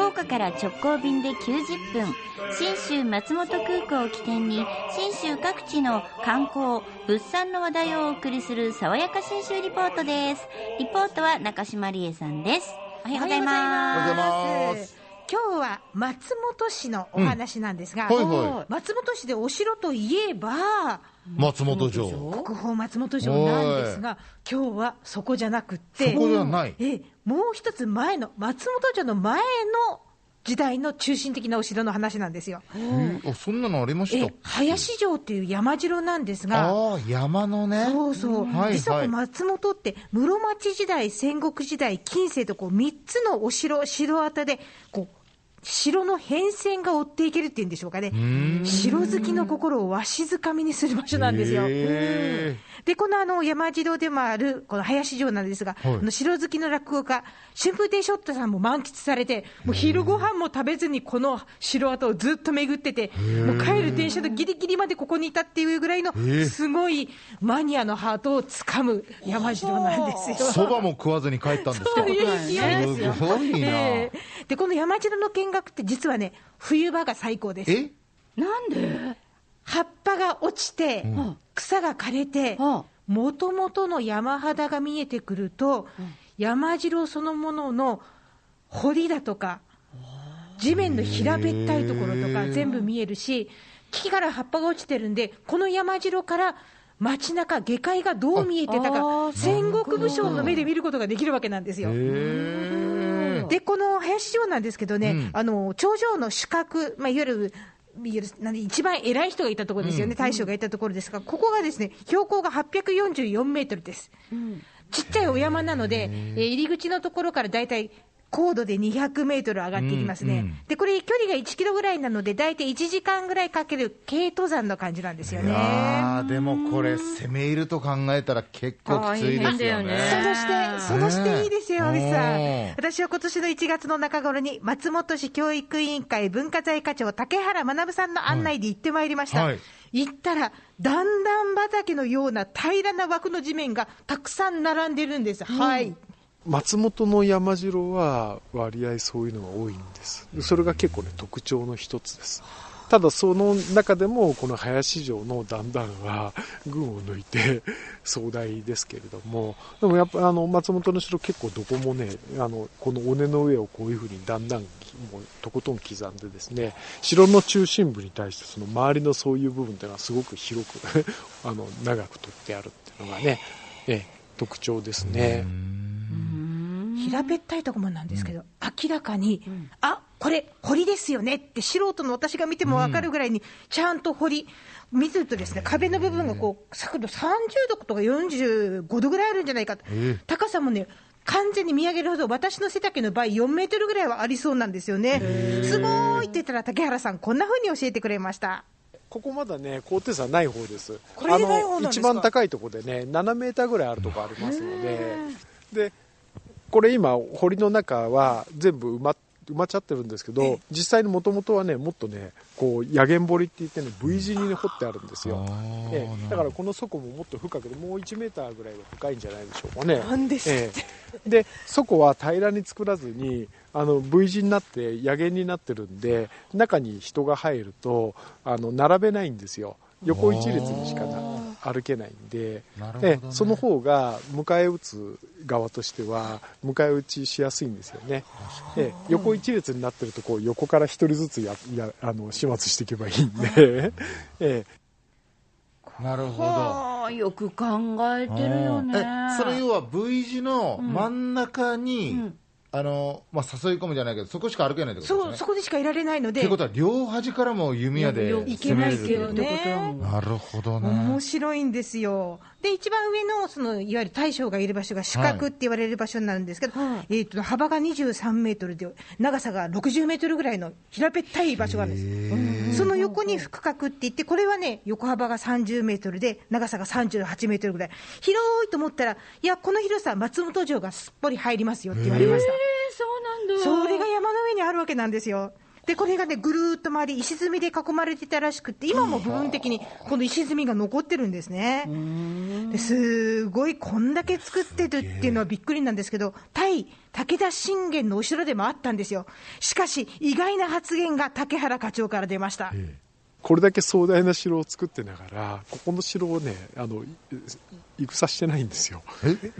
岡から直行便で90分、信州松本空港を起点に信州各地の観光物産の話題をお送りする爽やか信州リポートです。リポートは中島理恵さんです。おはようございます。 おはようございます。 今日は松本市のお話なんですが、 はいはい、 松本市でお城といえば松本城、 国宝松本城なんですが、今日はそこじゃなくて、 そこではない、 もう一つ前の松本城の前の時代の中心的なお城の話なんですよ。 あ、そんなのありました。 林城っていう山城なんですが、 山のね、 そうそう、実は松本って室町時代、戦国時代、近世とこう3つのお城跡でこう城の変遷が追っていけるっていうんでしょうかね。城好きの心をわしづかみにする場所なんですよ。でこの山城でもあるこの林城なんですが、この城好きの落語家春風亭昇太さんも満喫されて、もう昼ご飯も食べずにこの城跡をずっと巡ってて、もう帰る電車のギリギリまでここにいたっていうぐらいのすごいマニアのハートをつかむ山城なんですよ。 そばも食わずに帰ったんですか。 そういう勢いですよ。 すごいな。 でこの山城の見学って実はね、冬場が最高です。 なんで？ 葉っぱが落ちて、草が枯れて、もともとの山肌が見えてくると、山城そのものの堀だとか地面の平べったいところとか全部見えるし、木から葉っぱが落ちてるんで、この山城から街中下界がどう見えてたか、戦国武将の目で見ることができるわけなんですよ。でこの林城なんですけどね、頂上の主閣、いわゆる一番偉い人がいたところですよね、大将がいたところですが、ここがですね、標高が844メートルです。ちっちゃいお山なので、入り口のところからだいたい高度で200メートル上がっていきますね。でこれ距離が1キロぐらいなので、だいたい1時間ぐらいかける軽登山の感じなんですよね。 でもこれ攻め入ると考えたら結構きついですよね。 その視点いいですよ、安部さん。私は今年の1月の中頃に松本市教育委員会文化財課長竹原学さんの案内で行ってまいりました。行ったら段々畑のような平らな枠の地面がたくさん並んでるんです。 松本の山城は割合そういうのが多いんです。それが結構ね、特徴の一つです。ただその中でもこの林城の段々は群を抜いて壮大ですけれども、でもやっぱ松本の城結構どこもね、この尾根の上をこういうふうに段々もうとことん刻んでですね、城の中心部に対してその周りのそういう部分っていうのはすごく広く長く取ってあるっていうのがね、特徴ですね。 平べったいところなんですけど、明らかに、これ堀ですよねって素人の私が見ても分かるぐらいにちゃんと堀見るとですね、壁の部分がこう角度30度とか45度ぐらいあるんじゃないかと、高さもね完全に見上げるほど、私の背丈の倍4メートルぐらいはありそうなんですよね。すごーいって言ったら竹原さんこんな風に教えてくれました。 ここまだね、高低差ない方です。 これでない方なんですか？ 一番高いところでね、7メーターぐらいあるところありますので、これ今堀の中は全部埋まっちゃってるんですけど、実際にもともとはね、もっとね、こう野源堀って言ってね、V 字に、ね、掘ってあるんですよ。だからこの底ももっと深くで、もう1メーターぐらいは深いんじゃないでしょうかね。 なんですって、 で底は平らに作らずにV 字になって野源になってるんで、中に人が入ると並べないんですよ。横一列にしか歩けないんで、その方が迎え撃つ側としては迎え撃ちしやすいんですよね。横一列になってるとこう横から一人ずつ始末していけばいいんでなるほど。 よく考えてるよね。 それ要は V 字の真ん中に、誘い込むじゃないけど、そこしか歩けないってことですね。 そこでしかいられないので。 ってことは両端からも弓矢で攻めれるってことね。 なるほどね。 面白いんですよ。で一番上のいわゆる大将がいる場所が主閣って言われる場所になるんですけど、幅が23メートルで長さが60メートルぐらいの平べったい場所があるんです。その横に副閣って言って、これはね横幅が30メートルで長さが38メートルぐらい広いと思ったら、いやこの広さ松本城がすっぽり入りますよって言われました。 そうなんだ。 それが山の上にあるわけなんですよ。 でこれがねぐるーっと周り石積みで囲まれていたらしくて、今も部分的にこの石積みが残ってるんですね。ですごいこんだけ作ってるっていうのはびっくりなんですけど、対武田信玄のお城でもあったんですよ。しかし意外な発言が竹原課長から出ました。 これだけ壮大な城を作ってながら、ここの城をね戦してないんですよ。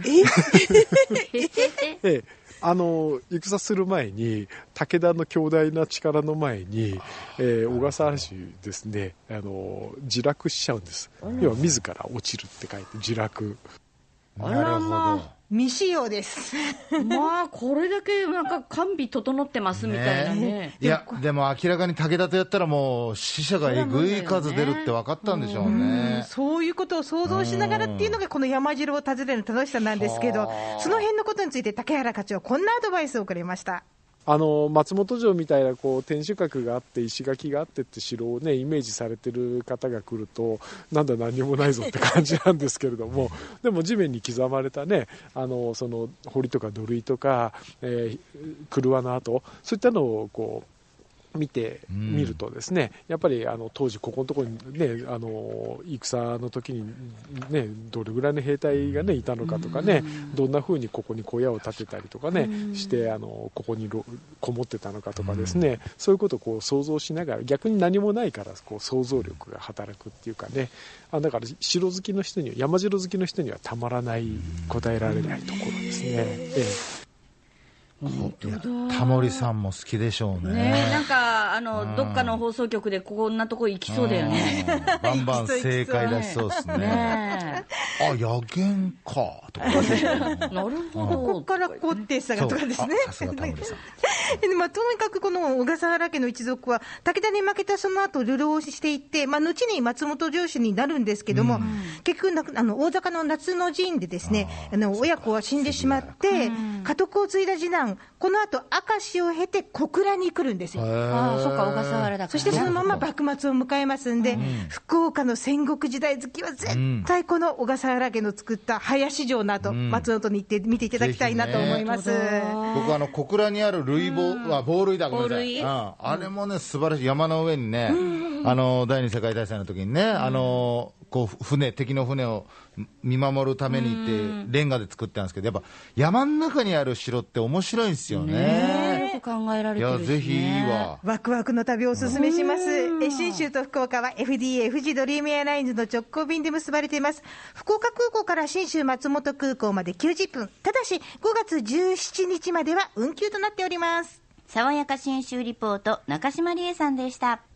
戦する前に武田の強大な力の前に、小笠原氏ですね自落しちゃうんです。要は自ら落ちるって書いて自落。 あらまあ未使用ですまあこれだけなんか完備整ってますみたいなね。 いやでも明らかに武田とやったらもう死者がえぐい数出るって分かったんでしょうね。 そういうことを想像しながらっていうのがこの山城を訪ねる楽しさなんですけど、その辺のことについて竹原課長こんなアドバイスをくれました。 松本城みたいなこう天守閣があって石垣があってって城をねイメージされてる方が来るとなんだ何にもないぞって感じなんですけれどもでも地面に刻まれたねその堀とか土塁とか、郭の跡そういったのをこう見るとですね、やっぱり当時ここのところにね戦の時にねどれぐらいの兵隊がねいたのかとかね、どんな風にここに小屋を建てたりとかねしてここにこもってたのかとかですね、そういうことをこう想像しながら逆に何もないからこう想像力が働くっていうかね、だから城好きの人には山城好きの人にはたまらない答えられないところですね。 タモリさんも好きでしょう ね。 なんかどっかの放送局でこんなとこ行きそうだよね。 バンバン正解出しそうですね。あ、野源かとかなるほど。 ここから高低差がとかですね。 さすがタモリさんとにかくこの小笠原家の一族は武田に負けたその後流浪していって、後に松本城主になるんですけども、結局大坂の夏の陣でですね親子は死んでしまって家督を継いだ次男、この後明石を経て小倉に来るんですよ。 そっか小笠原だから、 そしてそのまま幕末を迎えますんで、福岡の戦国時代好きは絶対この小笠原家の作った林城の後、松本に行って見ていただきたいなと思います。 僕小倉にある類防塁だごめんなさい、あれもね素晴らしい。山の上にね、第二次世界大戦の時にねこう敵の船を見守るために行ってレンガで作ってたんですけど、やっぱ山の中にある城って面白いんですよね。 よく考えられてるしね。 いやぜひいいわ。 ワクワクの旅をおすすめします。信州と福岡は FDA 富士ドリームエアラインズの直行便で結ばれています。福岡空港から信州松本空港まで90分、ただし5月17日までは運休となっております。 爽やか信州リポート、中島理恵さんでした。